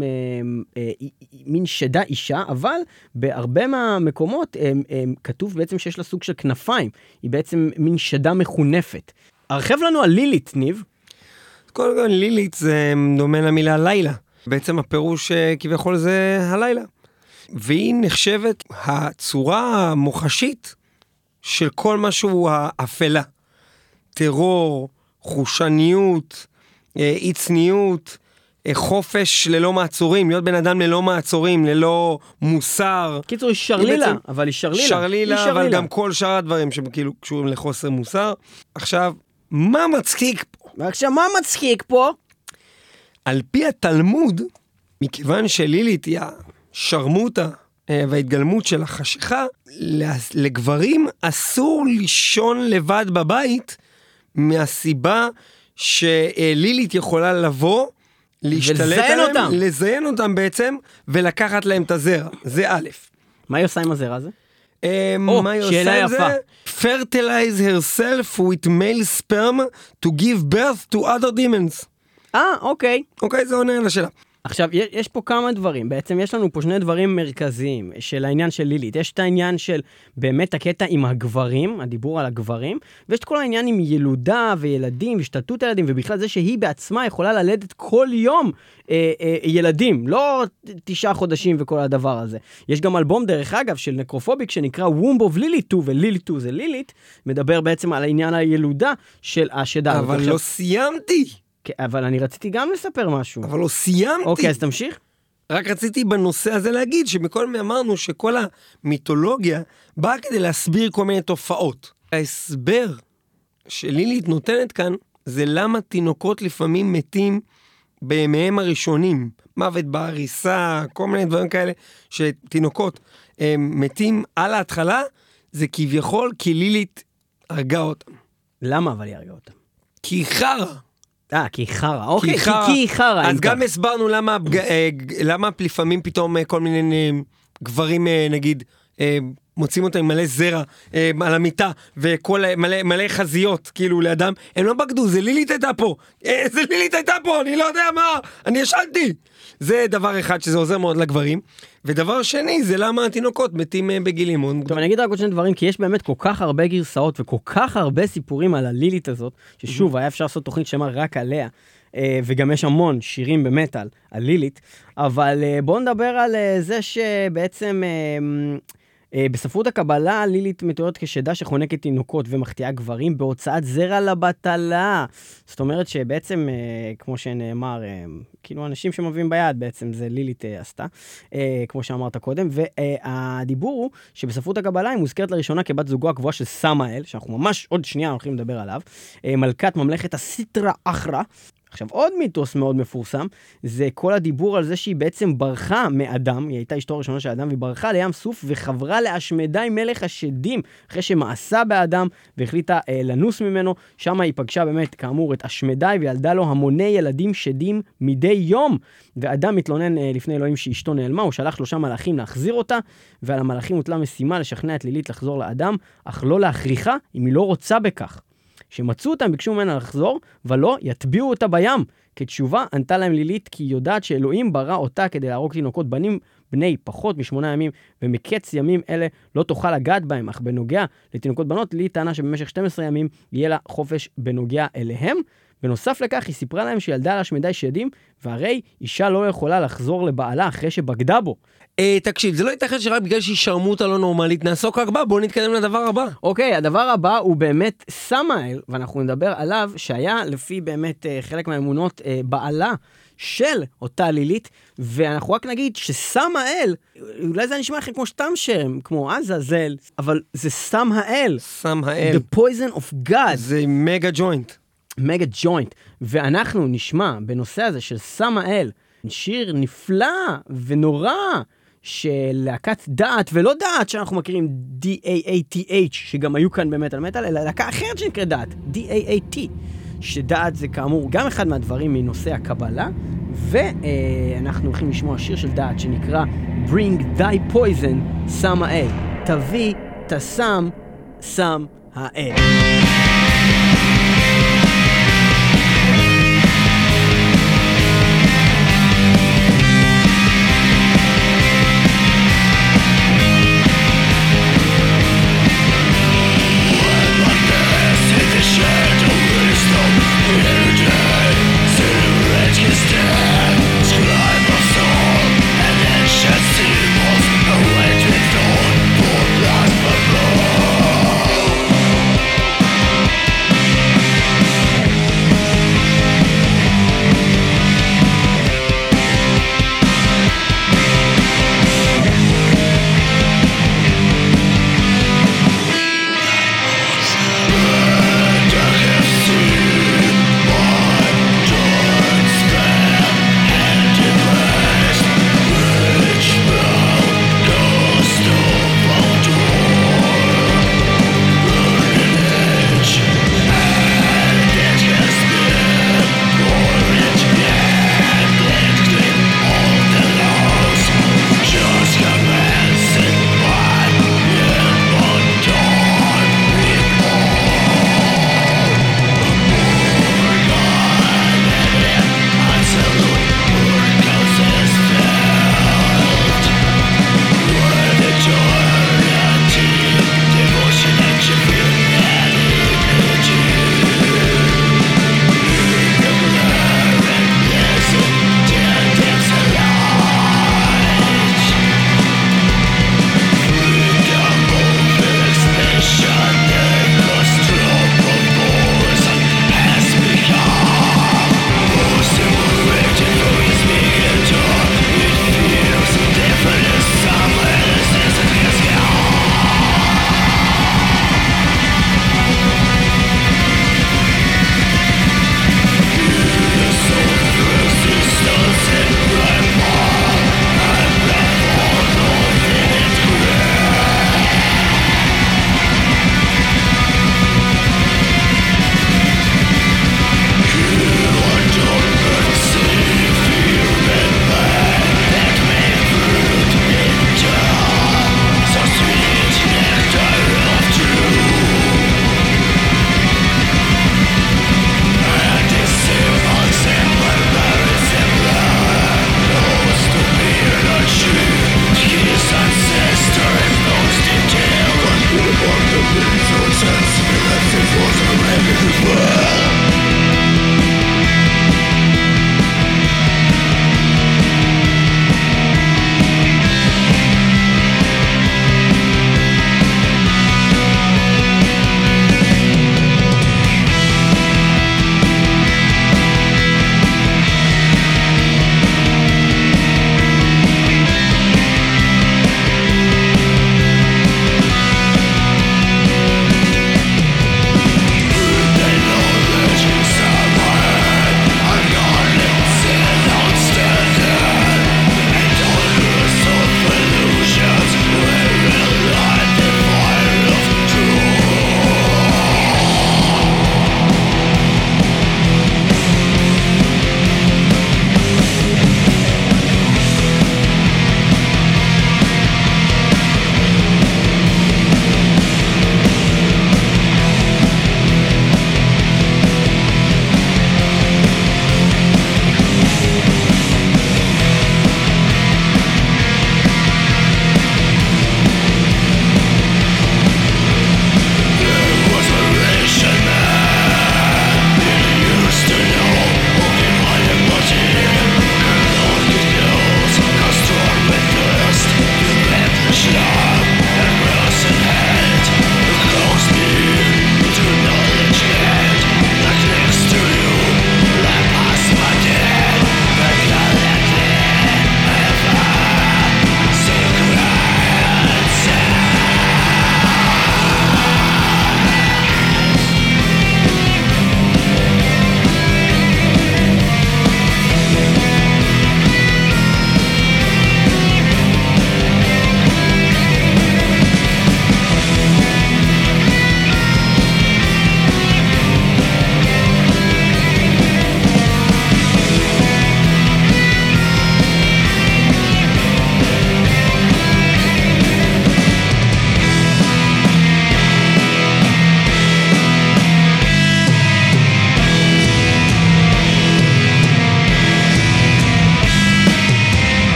מין שדה אישה, אבל בהרבה מהמקומות כתוב בעצם שיש לה סוג של כנפיים. היא בעצם מין שדה מחונפת. הרחב לנו על לילית, ניב. קודם כל, לילית זה דומה למילה לילה. בעצם הפירוש כביכול זה הלילה. והיא נחשבת הצורה המוחשית של כל משהו האפלה. טרור, חושניות, אי צניות, חופש ללא מעצורים, להיות בן אדם ללא מעצורים, ללא מוסר. קיצור, היא שרלילה, אבל היא שרלילה. שרלילה, אבל גם כל שאר הדברים שכאילו קשורים לחוסר מוסר. עכשיו, מה מצחיק פה? ועכשיו, מה מצחיק פה? על פי התלמוד, מכיוון שלילית היא השרמוטה וההתגלמות של החשיכה, לגברים אסור לישון לבד בבית, מהסיבה שלילית יכולה לבוא, להשתלט עליהם, לזיין אותם בעצם, ולקחת להם את הזרע. זה א'. מה היא עושה עם הזרע הזה? מה היא עושה עם זה? Fertilize herself with male sperm to give birth to other demons. אוקיי. אוקיי, זה עונה על השאלה. עכשיו, יש פה כמה דברים. בעצם יש לנו פה שני דברים מרכזיים של העניין של לילית. יש את העניין של באמת הקטע עם הגברים, הדיבור על הגברים, ויש את כל העניין עם ילודה וילדים והשתתות ילדים, ובכלל זה שהיא בעצמה יכולה ללדת כל יום ילדים, לא 9 חודשים וכל הדבר הזה. יש גם אלבום דרך אגב של נקרופוביק שנקרא Womb of Lilith, ו-Lilith זה לילית, מדבר בעצם על העניין הילודה של השדה. אבל לא סיימתי. אבל אני רציתי גם לספר משהו. אבל לא סיימתי. אוקיי, אז תמשיך. רק רציתי בנושא הזה להגיד שמקודם אמרנו שכל המיתולוגיה באה כדי להסביר כל מיני תופעות. ההסבר שלילית נותנת כאן זה למה תינוקות לפעמים מתים בימיהם הראשונים. מוות בעריסה, כל מיני דברים כאלה שתינוקות מתים על ההתחלה, זה כביכול כי לילית הרגה אותם. למה אבל היא הרגה אותם? כי היא חרה. כי היא חרה, אוקיי, כי היא חרה. אז גם הסברנו למה לפעמים פתאום כל מיני גברים, נגיד, מוצאים אותם עם מלא זרע על המיטה, וכל מלא חזיות, כאילו, לאדם, הם לא בגדו, זה לילית הייתה פה, אני לא יודע מה, אני ישנתי. זה דבר אחד שזה עוזר מאוד לגברים, ודבר שני, זה למה התינוקות מתים בגילים. טוב, אני אגיד רק עוד שני דברים, כי יש באמת כל כך הרבה גרסאות, וכל כך הרבה סיפורים על הלילית הזאת, ששוב, היה אפשר לעשות תוכנית שמה רק עליה, וגם יש המון שירים במטל על לילית, אבל בואו נדבר על זה שבעצם בספרות הקבלה לילית מתוארת כשדה שחונקת תינוקות ומחטיאה גברים בהוצאת זרע לבטלה. זאת אומרת שבעצם, כמו שנאמר, כאילו אנשים שמביאים ביד בעצם זה לילית עשתה, כמו שאמרת קודם, והדיבור הוא שבספרות הקבלה היא מוזכרת לראשונה כבת זוגו הקבועה של סמאל, שאנחנו ממש עוד שנייה הולכים לדבר עליו, מלכת ממלכת הסיטרה אחרה. עכשיו, עוד מיתוס מאוד מפורסם, זה כל הדיבור על זה שהיא בעצם ברחה מאדם, היא הייתה אשתו הראשונה של אדם, והיא ברחה לים סוף וחברה לאשמדי מלך השדים, אחרי שמעשה באדם והחליטה לנוס ממנו. שם היא פגשה באמת, כאמור, את אשמדי, וילדה לו המוני ילדים שדים מדי יום. ואדם מתלונן לפני אלוהים שאשתו נעלמה, הוא שלח 3 מלאכים להחזיר אותה, ועל המלאכים הוטלה משימה לשכנע את לילית לחזור לאדם, אך לא להכריחה אם היא לא רוצה בכך. שמצאו אותם, ביקשו ממנה לחזור, ולא יטביעו אותה בים. כתשובה, ענתה להם לילית, כי היא יודעת שאלוהים ברא אותה כדי להרוג תינוקות בנים בני פחות מ8 ימים, ומקץ ימים אלה לא תוכל לגעת בהם, אך בנוגע לתינוקות בנות, לילית טענה שבמשך 12 ימים יהיה לה חופש בנוגע אליהם. בנוסף לכך, היא סיפרה להם שילדה לה אשמדי שדים, והרי אישה לא יכולה לחזור לבעלה אחרי שבגדה בו. תקשיב, זה לא ייתכן שרק בגלל שהיא שרמוטה לא נורמלית, נעסוק רק בה, בואו נתקדם לדבר הבא. אוקיי, הדבר הבא הוא באמת סמאל, ואנחנו נדבר עליו, שהיה לפי באמת חלק מהאמונות בעלה של אותה לילית, ואנחנו רק נגיד שסמאל, אולי זה נשמע לכם כמו סתם שם, כמו עזאזל, אבל זה סמאל. סמאל. The poison of God. זה מגה ג'וינט. מגה ג'וינט. ואנחנו נשמע בנושא הזה של סמאל, שיר נפלא ונורא של להקת דעת, ולא דעת שאנחנו מכירים D-A-A-T-H, שגם היו כאן באמת על מטל, אלא להקה אחרת שנקרא דעת, D-A-A-T, שדעת זה כאמור גם אחד מהדברים מנושא הקבלה, ואנחנו הולכים לשמוע שיר של דעת שנקרא Bring Thy Poison, סמאל. תביא, תסם, סם האל. Away to the dawn, born life above.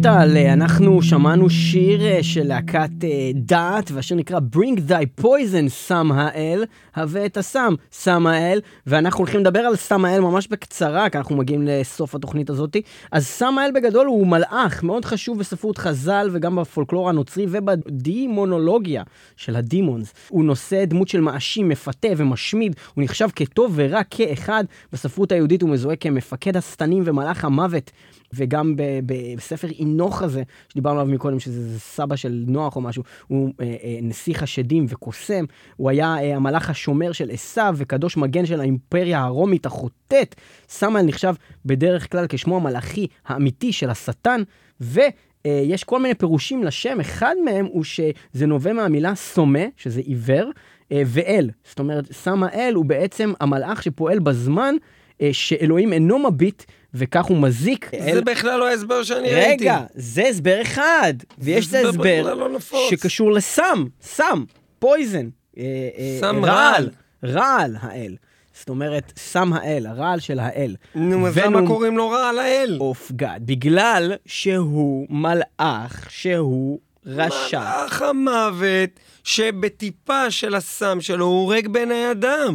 מטל, אנחנו שמענו שיר של להקת דעת, והשיר נקרא Bring Thy Poison, סם האל, הווה את הסם, סם האל, ואנחנו הולכים לדבר על סם האל ממש בקצרה, כי אנחנו מגיעים לסוף התוכנית הזאת. אז סם האל בגדול הוא מלאך, מאוד חשוב בספרות חז"ל וגם בפולקלור הנוצרי ובדימונולוגיה של הדימונס. הוא נושא דמות של מאשים, מפתה ומשמיד, הוא נחשב כטוב ורע כאחד. בספרות היהודית הוא מזוהה כמפקד השטנים ומלאך המוות, וגם בספר אינוך הזה, שדיברנו עליו מקודם, שזה סבא של נוח או משהו, הוא נסיך השדים וקוסם, הוא היה המלאך השומר של עשיו וקדוש מגן של האימפריה הרומית החוטאת. סם האל נחשב בדרך כלל כשמו המלאכי האמיתי של השטן, ויש כל מיני פירושים לשם. אחד מהם הוא שזה נובע מהמילה סומה, שזה עיוור, ואל. זאת אומרת, סם האל הוא בעצם המלאך שפועל בזמן שאלוהים אינו מביט, וכך הוא מזיק. זה בכלל לא ההסבר שאני ראיתי. רגע, זה הסבר אחד, ויש זה הסבר שקשור לסם, סם, פויזן, סם רעל. רעל האל. זאת אומרת, סם האל, הרעל של האל. נו, אז למה קוראים לו רעל האל? אוף גאד, בגלל שהוא מלאך, שהוא רשע. מלאך המוות, שבטיפה של הסם שלו הוא הורג בני אדם.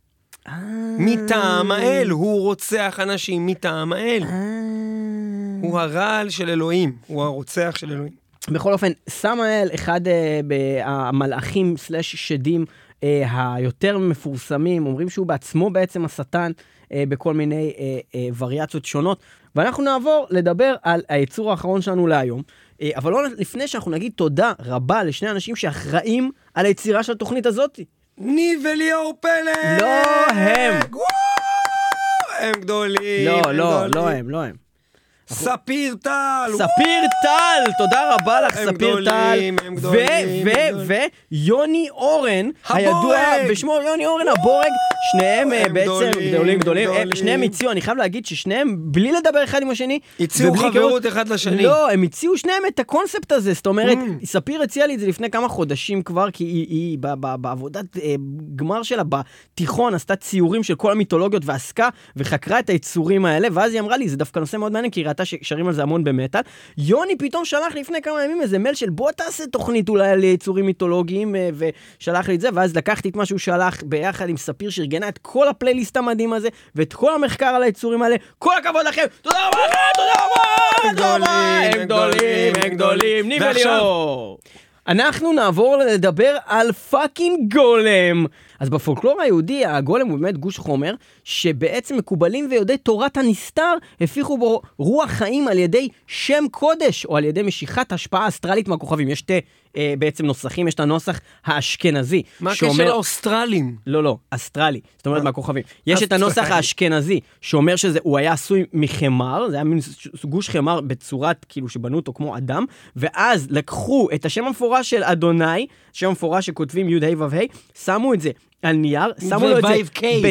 מטעם האל, הוא רוצח אנשים מטעם האל. הוא הרעל של אלוהים, הוא הרוצח של אלוהים. בכל אופן, סם האל, אחד המלאכים סלש שדים היותר מפורסמים, אומרים שהוא בעצמו בעצם השטן בכל מיני וריאציות שונות. ואנחנו נעבור לדבר על היצור האחרון שלנו להיום, אבל לא לפני שאנחנו נגיד תודה רבה לשני אנשים שאחראים על היצירה של התוכנית הזאת. ניב וליאור פלד! לא הם. הם גדולים. לא הם. ספיר טל! ספיר טל! תודה רבה לך, ספיר טל. הם גדולים. ויוני אורן, הידוע בשמו יוני אורן הבורג, שניהם בעצם גדולים. שניהם הציעו, אני חייב להגיד ששניהם, בלי לדבר אחד עם השני, הציעו חברות אחד לשני. לא, הם הציעו שניהם את הקונספט הזה, זאת אומרת, ספיר הציעה לי את זה לפני כמה חודשים כבר, כי היא בעבודת גמר שלה בתיכון, עשתה ציורים של כל המיתולוגיות ועסקה, וחקרה את היצורים האלה, ואז היא אמרה לי, זה דווקא נושא מאוד מעניין, כי היא ראתה ששרים על זה המון במטל. יוני פתאום שלח לפני כמה ימים איזה מייל של בוא תעשה תוכנית אולי על יצורים מיתולוגיים, ושלח לי את זה, ואז לקחתי את מה שהוא שלח ביחד עם ספיר שארגנה את כל הפלייליסט המדהים הזה, ואת כל המחקר על היצורים האלה. כל הכבוד לכם! תודה רבה לכם! תודה רבה! הם גדולים! ניב וליאור! אנחנו נעבור לדבר על פאקינג גולם. אז בפולקלור היהודי, הגולם הוא באמת גוש חומר, שבעצם מקובלים ויודעי תורת הנסתר, הפיחו בו רוח חיים על ידי שם קודש, או על ידי משיכת השפעה אסטרלית מהכוכבים. יש בעצם נוסחים, יש את הנוסח האשכנזי. מה הקשר לאוסטרלים? לא, אסטרלי, זאת אומרת מהכוכבים. יש את הנוסח האשכנזי, שאומר שהוא היה עשוי מחמר, זה היה מין גוש חמר בצורת, כאילו שבנו אותו כמו אדם, ואז לקחו את השם המפורש של אדוני, שם המפורש שכותבים י' ה' ו' ה', שמו את זה על נייר, שמו לו את זה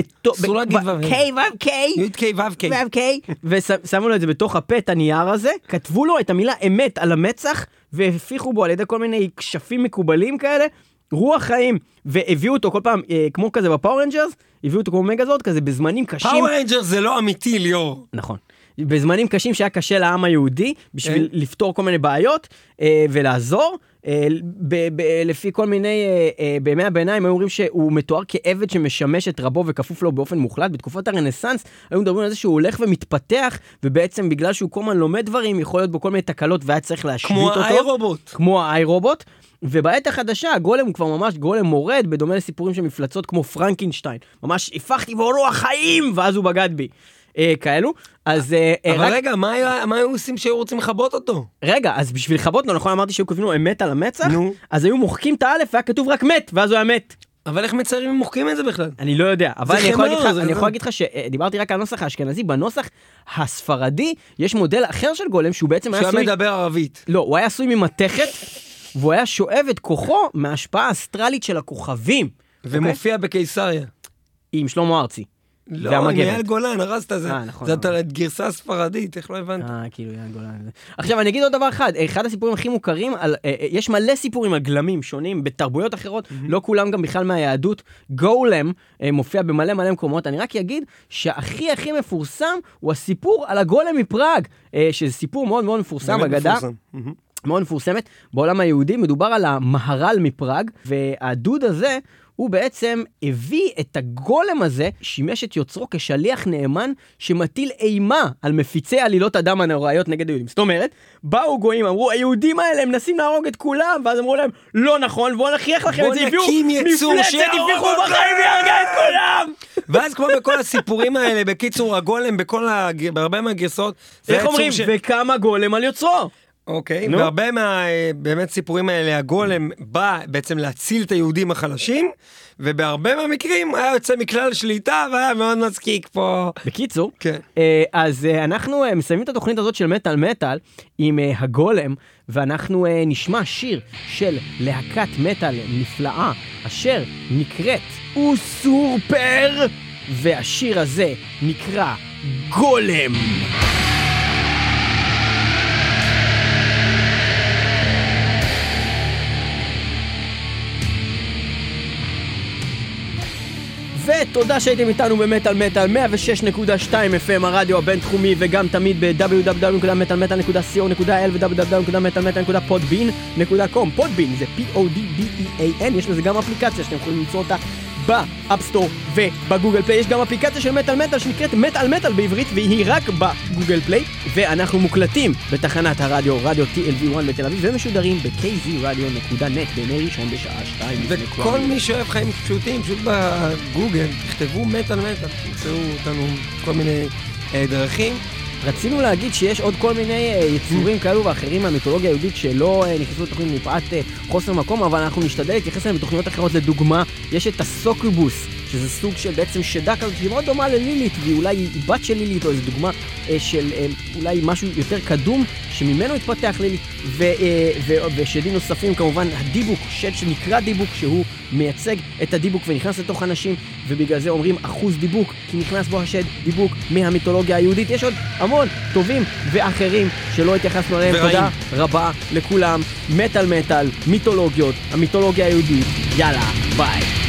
ושמו לו את זה בתוך הפה, את הנייר הזה, כתבו לו את המילה אמת על המצח, והפיחו בו על ידי כל מיני כשפים מקובלים כאלה, רוח חיים, והביאו אותו כל פעם, כמו כזה בפאור רנג'רס, הביאו אותו כמו מגזורד, כזה בזמנים קשים. פאור רנג'רס זה לא אמיתי, ליאור. נכון. בזמנים קשים שהיה קשה לעם היהודי, בשביל לפתור כל מיני בעיות, ולעזור, לפי כל מיני, בימי הביניים, היו אומרים שהוא מתואר כעבד שמשמש את רבו וכפוף לו באופן מוחלט. בתקופת הרנסנס, היו מדברים על זה שהוא הולך ומתפתח, ובעצם בגלל שהוא כל הזמן לומד דברים, יכול להיות בו כל מיני תקלות, והיה צריך להשבית אותו. כמו האיירובוט. ובעת החדשה, הגולם הוא כבר ממש גולם מורד, בדומה לסיפורים של מפלצות כמו פרנקינשטיין. ממש הפכתי בו רוח חיים, ואז הוא בגד בי. כאלו, אז... אבל רגע, מה היו עושים שהיו רוצים לחבות אותו? רגע, אז בשביל לחבות לו, נכון אמרתי שהיו כותבים לו אמת על המצח? אז היו מוחקים את האלף, והיה כתוב רק מת, ואז הוא היה מת. אבל איך מציירים אם מוחקים את זה בכלל? אני לא יודע, אבל אני יכול להגיד לך שדיברתי רק על הנוסח האשכנזי, בנוסח הספרדי יש מודל אחר של גולם, שהוא בעצם היה שהוא מדבר ערבית. לא, הוא היה עשוי ממתכת, והוא היה שואב את כוחו מההשפעה האסטרלית של הכוכבים. ומופיע בקיסריה. עם שלמה ארצי. לא, עם אייל גולן, הרסת זה. נכון. זאת גרסה ספרדית, איך לא הבנת? כאילו אייל גולן. עכשיו אני אגיד עוד דבר אחד הסיפורים הכי מוכרים, יש מלא סיפורים על גלמים שונים בתרבויות אחרות, לא כולם גם בכלל מהיהדות. גולם מופיע במלא מלא מקומות, אני רק אגיד שהכי הכי מפורסם הוא הסיפור על הגולם מפראג, שזה סיפור מאוד מאוד מפורסם בגדה. מאוד מפורסמת. בעולם היהודי מדובר על המהר"ל מפראג, והדוד הזה הוא בעצם הביא את הגולם הזה, שימש את יוצרו כשליח נאמן שמטיל אימה על מפיצי עלילות הדם הנוראיות נגד היהודים. זאת אומרת, באו גויים, אמרו, היהודים האלה הם מנסים להרוג את כולם, ואז אמרו להם, לא נכון, בואו נכריח לכם את זה, הביאו מפלצת, תפתחו בחיים ויהרגה את כולם! ואז כמו בכל הסיפורים האלה, בקיצור, הגולם, בהרבה מהגרסות, איך אומרים, וכמה גולם על יוצרו? אוקיי, והרבה באמת סיפורים האלה, הגולם בא בעצם להציל את היהודים החלשים, ובהרבה מהמקרים היה יוצא מכלל שליטה, והיה מאוד מצחיק פה. בקיצור, אז אנחנו מסיימים את התוכנית הזאת של מטל מטל עם הגולם, ואנחנו נשמע שיר של להקת מטל נפלאה, אשר נקראת אוסורפר, והשיר הזה נקרא גולם. ותודה שהייתם איתנו במטל מטל 106.2 FM הרדיו הבינתחומי, וגם תמיד ב-www.metalmetal.co.il ו-www.metalmetal.podbean.com. פודבין זה P-O-D-B-E-A-N, יש לזה גם אפליקציה שאתם יכולים למצוא אותה באפסטור ובגוגל פליי. יש גם אפליקציה של מטל מטל שנקראת מטל מטל בעברית, והיא רק בגוגל פליי, ואנחנו מוקלטים בתחנת הרדיו, רדיו TLV1 בתל אביב, ומשודרים ב-kzradio.net בימי ראשון בשעה 2. וכל מי שאוהב חיים פשוטים, פשוט בגוגל, תכתבו מטל מטל, תמצאו אותנו כל מיני דרכים. רצינו להגיד שיש עוד כל מיני יצורים כאלו ואחרים מהמיתולוגיה היהודית שלא נכנסו לתוכנית מפאת חוסר מקום, אבל אנחנו נשתדל להתייחס להם בתוכניות אחרות. לדוגמה, יש את הסוקובוס, שזה סוג של בעצם שדה כזאת שהיא מאוד דומה ללילית, והיא אולי בת של לילית, או איזו דוגמה של אולי משהו יותר קדום שממנו התפתח לילית, ושדים נוספים כמובן הדיבוק, שד שנקרא דיבוק, שהוא מייצג את הדיבוק ונכנס לתוך אנשים, ובגלל זה אומרים אחוז דיבוק, כי נכנס בו השד דיבוק מהמיתולוגיה היהודית. יש עוד המון טובים ואחרים שלא התייחסנו עליהם. תודה רבה לכולם. מטל מטל, מיתולוגיות, המיתולוגיה היהודית. יאללה, ביי.